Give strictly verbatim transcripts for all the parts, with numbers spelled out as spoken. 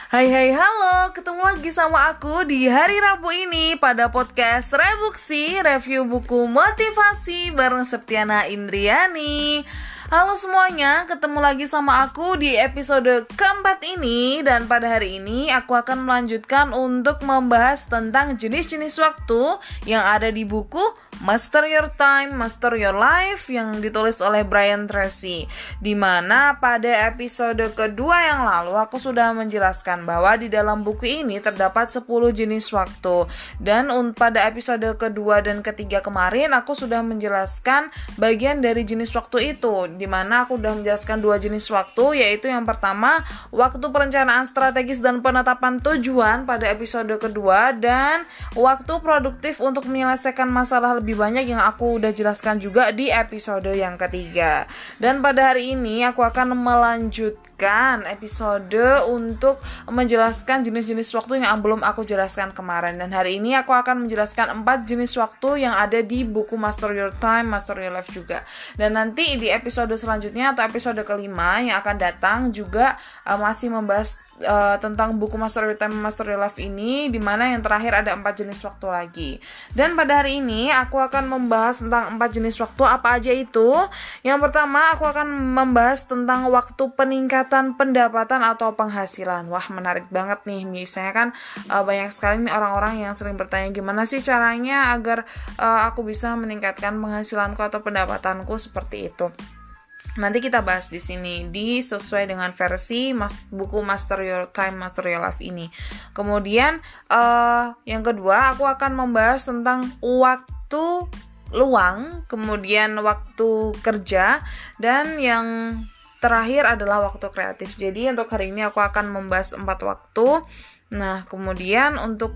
Hai hai halo, ketemu lagi sama aku di hari Rabu ini pada podcast Rebuksi, review buku motivasi bareng Septiana Indriani. Halo semuanya, ketemu lagi sama aku di episode keempat ini. Dan pada hari ini aku akan melanjutkan untuk membahas tentang jenis-jenis waktu yang ada di buku Master Your Time, Master Your Life yang ditulis oleh Brian Tracy. Dimana pada episode kedua yang lalu aku sudah menjelaskan bahwa di dalam buku ini terdapat sepuluh jenis waktu. Dan pada episode kedua dan ketiga kemarin aku sudah menjelaskan bagian dari jenis waktu itu, di mana aku sudah menjelaskan dua jenis waktu, yaitu yang pertama waktu perencanaan strategis dan penetapan tujuan pada episode kedua, dan waktu produktif untuk menyelesaikan masalah lebih banyak yang aku udah jelaskan juga di episode yang ketiga. Dan pada hari ini aku akan melanjutkan episode untuk menjelaskan jenis-jenis waktu yang belum aku jelaskan kemarin. Dan hari ini aku akan menjelaskan empat jenis waktu yang ada di buku Master Your Time, Master Your Life juga. Dan nanti di episode selanjutnya atau episode kelima yang akan datang juga uh, masih membahas Uh, tentang buku Master Your Time, Master Your Life ini, dimana yang terakhir ada empat jenis waktu lagi. Dan pada hari ini aku akan membahas tentang empat jenis waktu. Apa aja itu? Yang pertama aku akan membahas tentang waktu peningkatan pendapatan atau penghasilan. Wah, menarik banget nih. Misalnya kan uh, banyak sekali nih orang-orang yang sering bertanya, gimana sih caranya agar uh, aku bisa meningkatkan penghasilanku atau pendapatanku seperti itu. Nanti kita bahas di sini di sesuai dengan versi mas, buku Master Your Time, Master Your Life ini. Kemudian uh, yang kedua aku akan membahas tentang waktu luang, kemudian waktu kerja, dan yang terakhir adalah waktu kreatif. Jadi untuk hari ini aku akan membahas empat waktu. Nah, kemudian untuk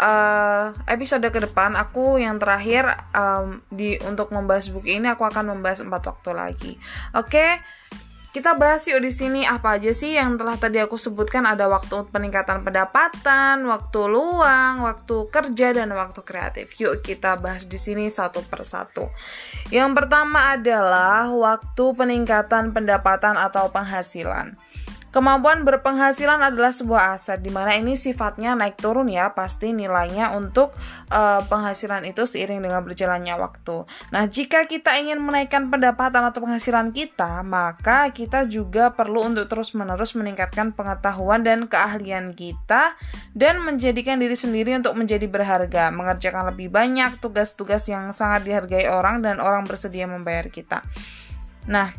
uh, episode ke depan aku yang terakhir um, di untuk membahas buku ini aku akan membahas empat waktu lagi. Oke, kita bahas yuk di sini apa aja sih yang telah tadi aku sebutkan. Ada waktu peningkatan pendapatan, waktu luang, waktu kerja, dan waktu kreatif. Yuk kita bahas di sini satu persatu. Yang pertama adalah waktu peningkatan pendapatan atau penghasilan. Kemampuan berpenghasilan adalah sebuah aset, di mana ini sifatnya naik turun ya, pasti nilainya untuk uh, penghasilan itu seiring dengan berjalannya waktu. Nah, jika kita ingin menaikkan pendapatan atau penghasilan kita, maka kita juga perlu untuk terus-menerus meningkatkan pengetahuan dan keahlian kita, dan menjadikan diri sendiri untuk menjadi berharga, mengerjakan lebih banyak tugas-tugas yang sangat dihargai orang, dan orang bersedia membayar kita. Nah,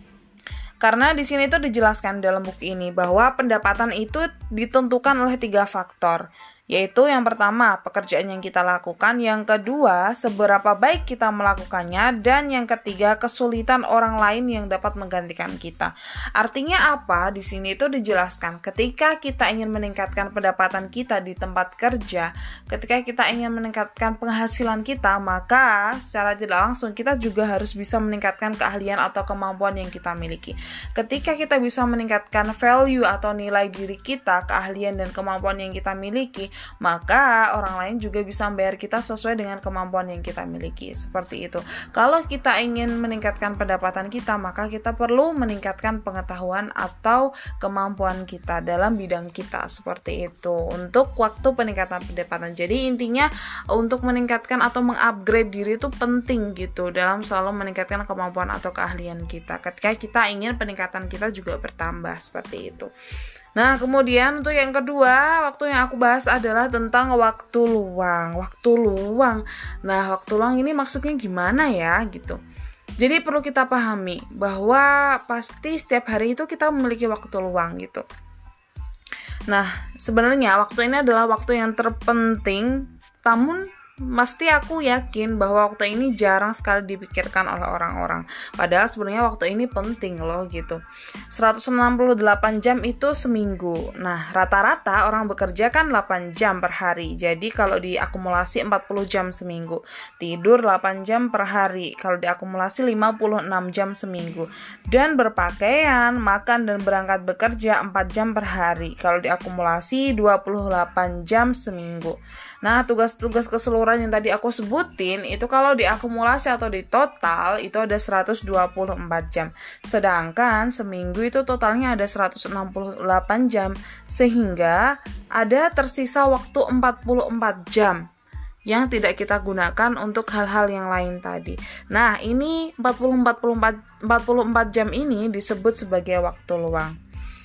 karena di sini itu dijelaskan dalam buku ini bahwa pendapatan itu ditentukan oleh tiga faktor, yaitu yang pertama pekerjaan yang kita lakukan, yang kedua seberapa baik kita melakukannya, dan yang ketiga kesulitan orang lain yang dapat menggantikan kita. Artinya apa? Di sini itu dijelaskan ketika kita ingin meningkatkan pendapatan kita di tempat kerja, ketika kita ingin meningkatkan penghasilan kita, maka secara tidak langsung kita juga harus bisa meningkatkan keahlian atau kemampuan yang kita miliki. Ketika kita bisa meningkatkan value atau nilai diri kita, keahlian dan kemampuan yang kita miliki, maka orang lain juga bisa membayar kita sesuai dengan kemampuan yang kita miliki. Seperti itu. Kalau kita ingin meningkatkan pendapatan kita, maka kita perlu meningkatkan pengetahuan atau kemampuan kita dalam bidang kita. Seperti itu. Untuk waktu peningkatan pendapatan. Jadi intinya untuk meningkatkan atau mengupgrade diri itu penting gitu dalam selalu meningkatkan kemampuan atau keahlian kita. Ketika kita ingin peningkatan kita juga bertambah. Seperti itu. Nah, kemudian untuk yang kedua, waktu yang aku bahas adalah tentang waktu luang. Waktu luang. Nah, waktu luang ini maksudnya gimana ya gitu. Jadi perlu kita pahami bahwa pasti setiap hari itu kita memiliki waktu luang gitu. Nah, sebenarnya waktu ini adalah waktu yang terpenting, namun mesti aku yakin bahwa waktu ini jarang sekali dipikirkan oleh orang-orang. Padahal sebenarnya waktu ini penting loh gitu. seratus enam puluh delapan jam itu seminggu. Nah, rata-rata orang bekerja kan delapan jam per hari. Jadi kalau diakumulasi empat puluh jam seminggu. Tidur delapan jam per hari. Kalau diakumulasi lima puluh enam jam seminggu. Dan berpakaian, makan dan berangkat bekerja empat jam per hari. Kalau diakumulasi dua puluh delapan jam seminggu. Nah, tugas-tugas keseluruhan aturan yang tadi aku sebutin itu kalau diakumulasi atau di total itu ada seratus dua puluh empat jam. Sedangkan seminggu itu totalnya ada seratus enam puluh delapan jam, sehingga ada tersisa waktu empat puluh empat jam yang tidak kita gunakan untuk hal-hal yang lain tadi. Nah, ini empat puluh empat jam ini disebut sebagai waktu luang.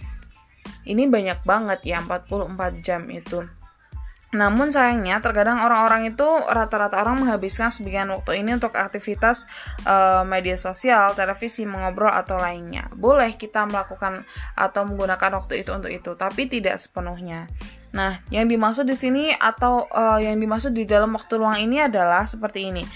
Ini banyak banget ya, empat puluh empat jam itu. Namun sayangnya terkadang orang-orang itu rata-rata orang menghabiskan sebagian waktu ini untuk aktivitas uh, media sosial, televisi, mengobrol atau lainnya. Boleh kita melakukan atau menggunakan waktu itu untuk itu, tapi tidak sepenuhnya. Nah, yang dimaksud di sini atau uh, yang dimaksud di dalam waktu luang ini adalah seperti ini.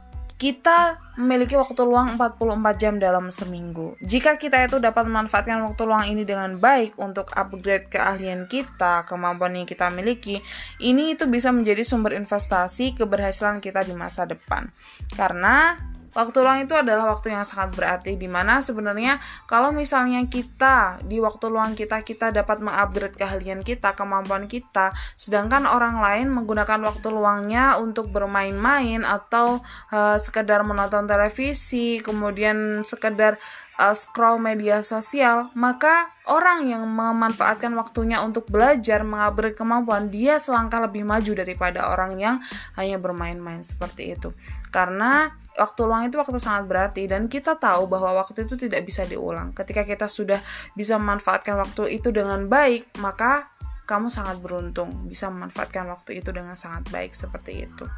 Kita memiliki waktu luang empat puluh empat jam dalam seminggu. Jika kita itu dapat memanfaatkan waktu luang ini dengan baik untuk upgrade keahlian kita, kemampuan yang kita miliki, ini itu bisa menjadi sumber investasi keberhasilan kita di masa depan. Karena waktu luang itu adalah waktu yang sangat berarti, di mana sebenarnya kalau misalnya kita di waktu luang kita kita dapat mengupgrade keahlian kita, kemampuan kita, sedangkan orang lain menggunakan waktu luangnya untuk bermain-main atau uh, sekedar menonton televisi, kemudian sekedar uh, scroll media sosial, maka orang yang memanfaatkan waktunya untuk belajar, mengupgrade kemampuan, dia selangkah lebih maju daripada orang yang hanya bermain-main seperti itu. Karena waktu luang itu waktu sangat berarti, dan kita tahu bahwa waktu itu tidak bisa diulang. Ketika kita sudah bisa memanfaatkan waktu itu dengan baik, maka kamu sangat beruntung bisa memanfaatkan waktu itu dengan sangat baik seperti itu.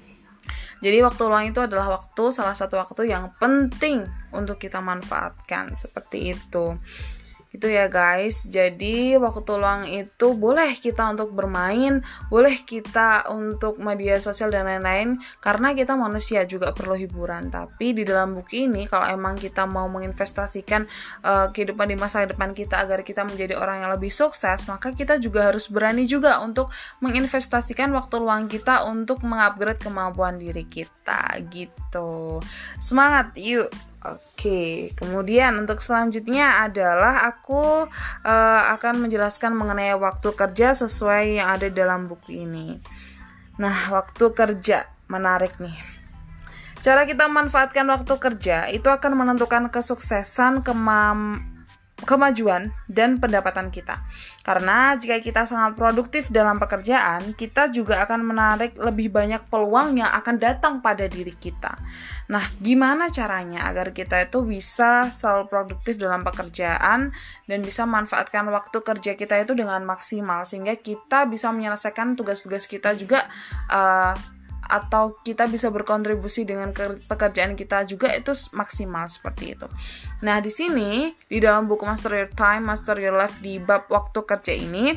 Jadi waktu luang itu adalah waktu, salah satu waktu yang penting untuk kita manfaatkan seperti itu. Itu ya guys, jadi waktu luang itu boleh kita untuk bermain, boleh kita untuk media sosial dan lain-lain, karena kita manusia juga perlu hiburan. Tapi di dalam buku ini, kalau emang kita mau menginvestasikan uh, kehidupan di masa depan kita agar kita menjadi orang yang lebih sukses, maka kita juga harus berani juga untuk menginvestasikan waktu luang kita untuk mengupgrade kemampuan diri kita gitu. Semangat, yuk! Oke, kemudian untuk selanjutnya adalah aku uh, akan menjelaskan mengenai waktu kerja sesuai yang ada dalam buku ini. Nah, waktu kerja menarik nih. Cara kita memanfaatkan waktu kerja itu akan menentukan kesuksesan, kemam kemajuan dan pendapatan kita. Karena jika kita sangat produktif dalam pekerjaan, kita juga akan menarik lebih banyak peluang yang akan datang pada diri kita. Nah, gimana caranya agar kita itu bisa selalu produktif dalam pekerjaan dan bisa memanfaatkan waktu kerja kita itu dengan maksimal, sehingga kita bisa menyelesaikan tugas-tugas kita juga uh, atau kita bisa berkontribusi dengan pekerjaan kita juga itu maksimal seperti itu. Nah, di sini di dalam buku Master Your Time, Master Your Life di bab waktu kerja ini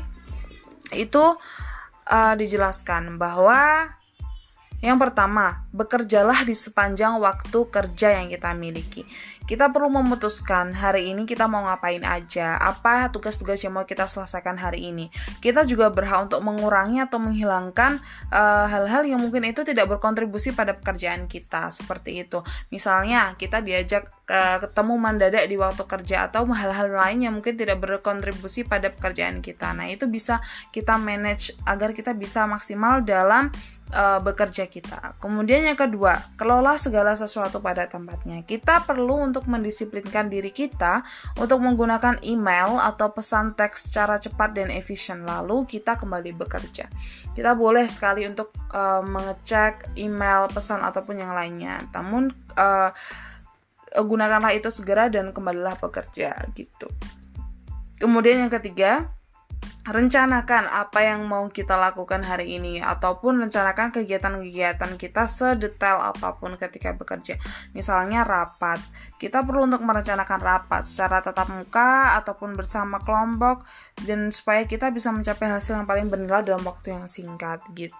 itu uh, dijelaskan bahwa yang pertama, bekerjalah di sepanjang waktu kerja yang kita miliki. Kita perlu memutuskan hari ini kita mau ngapain aja, apa tugas-tugas yang mau kita selesaikan hari ini. Kita juga berhak untuk mengurangi atau menghilangkan uh, hal-hal yang mungkin itu tidak berkontribusi pada pekerjaan kita, seperti itu. Misalnya, kita diajak ke, ketemu mendadak di waktu kerja atau hal-hal lain yang mungkin tidak berkontribusi pada pekerjaan kita. Nah, itu bisa kita manage agar kita bisa maksimal dalam Uh, bekerja kita. Kemudian yang kedua, kelola segala sesuatu pada tempatnya. Kita perlu untuk mendisiplinkan diri kita untuk menggunakan email atau pesan teks secara cepat dan efisien, lalu kita kembali bekerja. Kita boleh sekali untuk uh, mengecek email, pesan ataupun yang lainnya. Namun uh, gunakanlah itu segera dan kembalilah bekerja gitu. Kemudian yang ketiga, rencanakan apa yang mau kita lakukan hari ini, ataupun rencanakan kegiatan-kegiatan kita sedetail apapun ketika bekerja. Misalnya rapat, kita perlu untuk merencanakan rapat secara tatap muka ataupun bersama kelompok, dan supaya kita bisa mencapai hasil yang paling bernilai dalam waktu yang singkat gitu.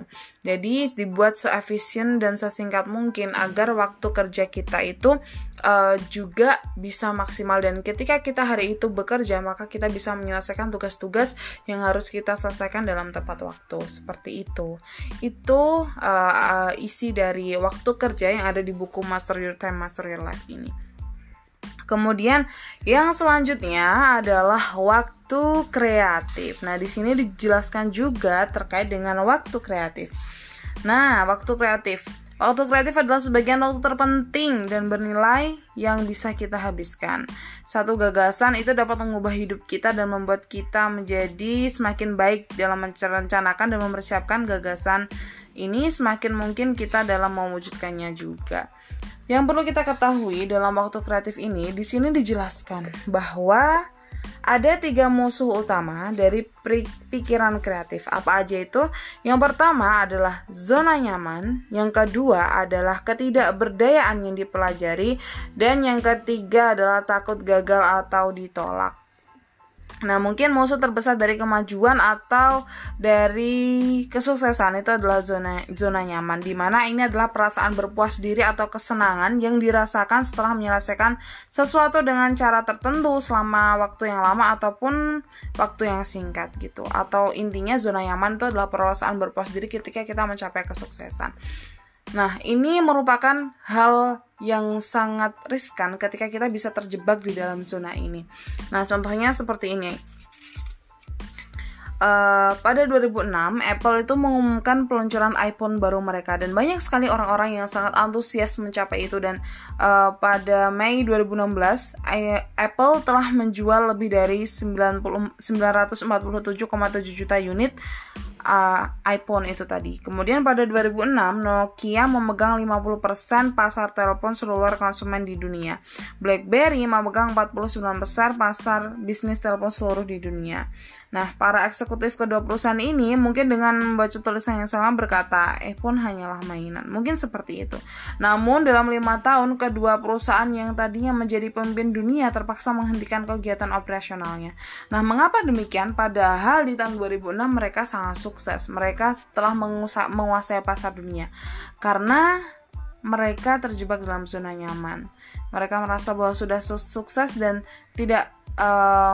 Jadi dibuat seefisien dan sesingkat mungkin agar waktu kerja kita itu uh, juga bisa maksimal, dan ketika kita hari itu bekerja maka kita bisa menyelesaikan tugas-tugas yang harus kita selesaikan dalam tepat waktu, seperti itu. Itu uh, uh, isi dari waktu kerja yang ada di buku Master Your Time, Master Your Life ini. Kemudian yang selanjutnya adalah waktu kreatif. Nah, di sini dijelaskan juga terkait dengan waktu kreatif. Nah, waktu kreatif. Waktu kreatif adalah sebagian waktu terpenting dan bernilai yang bisa kita habiskan. Satu gagasan itu dapat mengubah hidup kita dan membuat kita menjadi semakin baik dalam merencanakan dan mempersiapkan gagasan ini, semakin mungkin kita dalam mewujudkannya juga. Yang perlu kita ketahui dalam waktu kreatif ini, di sini dijelaskan bahwa ada tiga musuh utama dari pikiran kreatif. Apa aja itu? Yang pertama adalah zona nyaman, yang kedua adalah ketidakberdayaan yang dipelajari, dan yang ketiga adalah takut gagal atau ditolak. Nah, mungkin musuh terbesar dari kemajuan atau dari kesuksesan itu adalah zona zona nyaman, di mana ini adalah perasaan berpuas diri atau kesenangan yang dirasakan setelah menyelesaikan sesuatu dengan cara tertentu selama waktu yang lama ataupun waktu yang singkat gitu. Atau intinya zona nyaman itu adalah perasaan berpuas diri ketika kita mencapai kesuksesan. Nah, ini merupakan hal yang sangat riskan ketika kita bisa terjebak di dalam zona ini. Nah, contohnya seperti ini. Uh, pada dua ribu enam, Apple itu mengumumkan peluncuran iPhone baru mereka, dan banyak sekali orang-orang yang sangat antusias mencapai itu. Dan uh, pada Mei dua ribu enam belas, I- Apple telah menjual lebih dari sembilan ratus empat puluh tujuh koma tujuh juta unit uh, iPhone itu tadi. Kemudian pada dua ribu enam, Nokia memegang lima puluh persen pasar telepon seluler konsumen di dunia. BlackBerry memegang empat puluh sembilan persen pasar bisnis telepon seluruh di dunia. Nah, para eksekutif kedua perusahaan ini mungkin dengan membaca tulisan yang sama berkata, iPhone hanyalah mainan. Mungkin seperti itu. Namun, dalam lima tahun, kedua perusahaan yang tadinya menjadi pemimpin dunia terpaksa menghentikan kegiatan operasionalnya. Nah, mengapa demikian? Padahal di tahun dua ribu enam mereka sangat sukses. Mereka telah mengusa- menguasai pasar dunia. Karena mereka terjebak dalam zona nyaman. Mereka merasa bahwa sudah su- sukses dan tidak... Uh,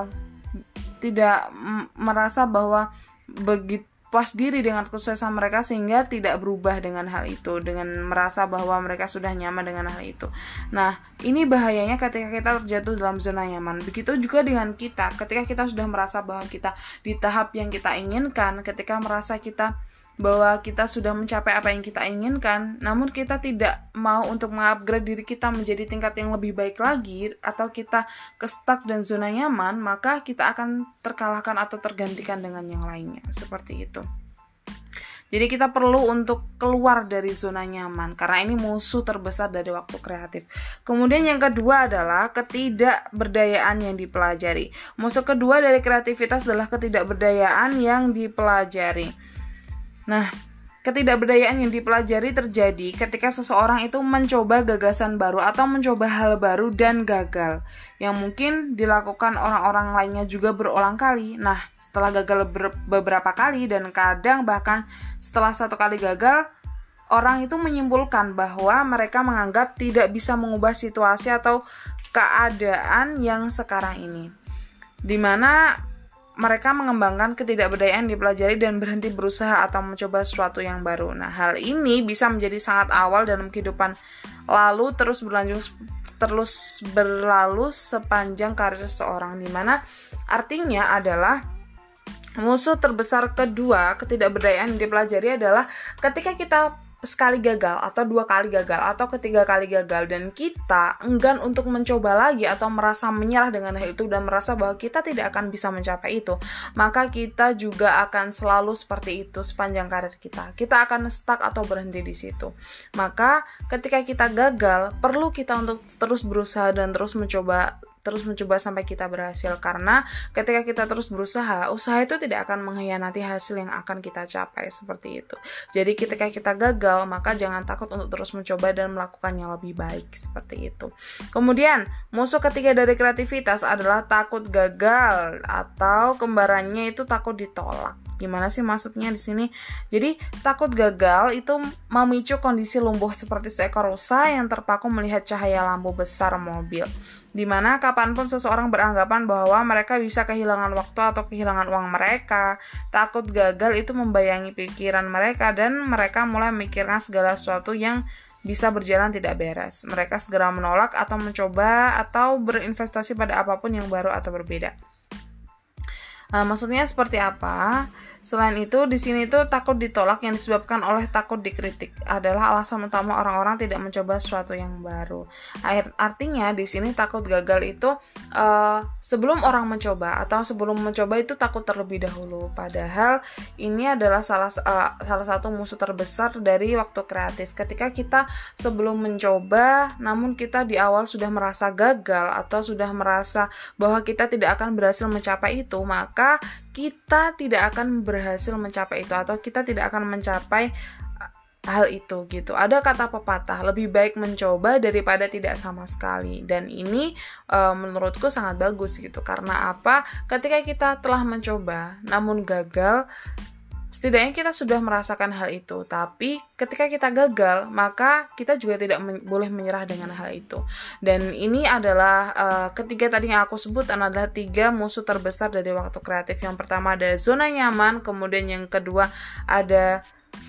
tidak m- merasa bahwa begitu puas diri dengan kesuksesan mereka sehingga tidak berubah dengan hal itu, dengan merasa bahwa mereka sudah nyaman dengan hal itu. Nah, ini bahayanya ketika kita terjatuh dalam zona nyaman. Begitu juga dengan kita, ketika kita sudah merasa bahwa kita di tahap yang kita inginkan, ketika merasa kita bahwa kita sudah mencapai apa yang kita inginkan, namun kita tidak mau untuk mengupgrade diri kita menjadi tingkat yang lebih baik lagi, atau kita ke-stuck dan zona nyaman, maka kita akan terkalahkan atau tergantikan dengan yang lainnya, seperti itu. Jadi kita perlu untuk keluar dari zona nyaman, karena ini musuh terbesar dari waktu kreatif. Kemudian yang kedua adalah ketidakberdayaan yang dipelajari. Musuh kedua dari kreativitas adalah ketidakberdayaan yang dipelajari. Nah, ketidakberdayaan yang dipelajari terjadi ketika seseorang itu mencoba gagasan baru atau mencoba hal baru dan gagal, yang mungkin dilakukan orang-orang lainnya juga berulang kali. Nah, setelah gagal ber- beberapa kali dan kadang bahkan setelah satu kali gagal, orang itu menyimpulkan bahwa mereka menganggap tidak bisa mengubah situasi atau keadaan yang sekarang ini, di mana mereka mengembangkan ketidakberdayaan dipelajari dan berhenti berusaha atau mencoba sesuatu yang baru. Nah, hal ini bisa menjadi sangat awal dalam kehidupan, lalu terus berlanjut terus berlalu sepanjang karir seseorang, di mana artinya adalah musuh terbesar kedua ketidakberdayaan yang dipelajari adalah ketika kita sekali gagal atau dua kali gagal atau ketiga kali gagal dan kita enggan untuk mencoba lagi atau merasa menyerah dengan hal itu dan merasa bahwa kita tidak akan bisa mencapai itu, maka kita juga akan selalu seperti itu sepanjang karir kita. Kita akan stuck atau berhenti di situ. Maka ketika kita gagal, perlu kita untuk terus berusaha dan terus mencoba terus mencoba sampai kita berhasil, karena ketika kita terus berusaha, usaha itu tidak akan mengkhianati hasil yang akan kita capai, seperti itu. Jadi ketika kita gagal, maka jangan takut untuk terus mencoba dan melakukannya lebih baik, seperti itu. Kemudian, musuh ketiga dari kreativitas adalah takut gagal, atau kembarannya itu takut ditolak. Gimana sih maksudnya di sini? Jadi takut gagal itu memicu kondisi lumpuh seperti seekor rusa yang terpaku melihat cahaya lampu besar mobil, dimana kapanpun seseorang beranggapan bahwa mereka bisa kehilangan waktu atau kehilangan uang mereka. Takut gagal itu membayangi pikiran mereka dan mereka mulai memikirkan segala sesuatu yang bisa berjalan tidak beres. Mereka segera menolak atau mencoba atau berinvestasi pada apapun yang baru atau berbeda. Nah, maksudnya seperti apa? Selain itu, di sini tuh takut ditolak yang disebabkan oleh takut dikritik adalah alasan utama orang-orang tidak mencoba sesuatu yang baru. Artinya di sini takut gagal itu uh, sebelum orang mencoba atau sebelum mencoba itu takut terlebih dahulu. Padahal ini adalah salah uh, salah satu musuh terbesar dari waktu kreatif. Ketika kita sebelum mencoba, namun kita di awal sudah merasa gagal atau sudah merasa bahwa kita tidak akan berhasil mencapai itu, maka kita tidak akan berhasil mencapai itu atau kita tidak akan mencapai hal itu gitu. Ada kata pepatah, lebih baik mencoba daripada tidak sama sekali. Dan ini e, menurutku sangat bagus gitu. Karena apa? Ketika kita telah mencoba namun gagal, setidaknya kita sudah merasakan hal itu. Tapi ketika kita gagal, maka kita juga tidak men- boleh menyerah dengan hal itu. Dan ini adalah uh, ketiga tadi yang aku sebut adalah tiga musuh terbesar dari waktu kreatif. Yang pertama ada zona nyaman, kemudian yang kedua ada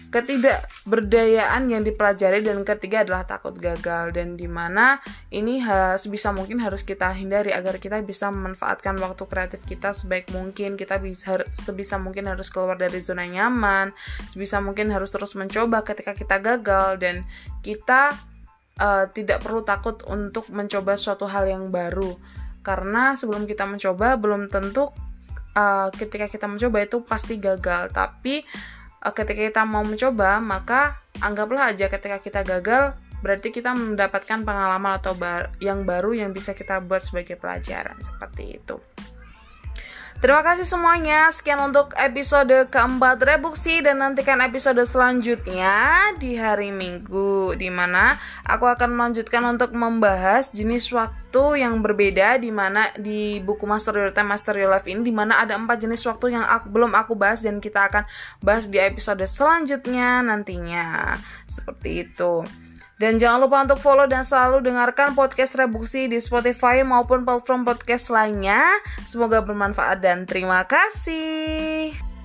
ketidakberdayaan yang dipelajari, dan ketiga adalah takut gagal. Dan dimana ini sebisa mungkin harus kita hindari agar kita bisa memanfaatkan waktu kreatif kita sebaik mungkin. Kita bisa sebisa mungkin harus keluar dari zona nyaman, sebisa mungkin harus terus mencoba ketika kita gagal, dan kita uh, tidak perlu takut untuk mencoba suatu hal yang baru, karena sebelum kita mencoba belum tentu uh, ketika kita mencoba itu pasti gagal. Tapi ketika kita mau mencoba, maka anggaplah aja ketika kita gagal, berarti kita mendapatkan pengalaman atau bar- yang baru yang bisa kita buat sebagai pelajaran, seperti itu. Terima kasih semuanya. Sekian untuk episode keempat Rebuksi, dan nantikan episode selanjutnya di hari Minggu, dimana aku akan melanjutkan untuk membahas jenis waktu yang berbeda, dimana di buku Master Your Time, Master Your Life ini, dimana ada empat jenis waktu yang aku, belum aku bahas, dan kita akan bahas di episode selanjutnya nantinya. Seperti itu. Dan jangan lupa untuk follow dan selalu dengarkan podcast Rebuksi di Spotify maupun platform podcast lainnya. Semoga bermanfaat dan terima kasih.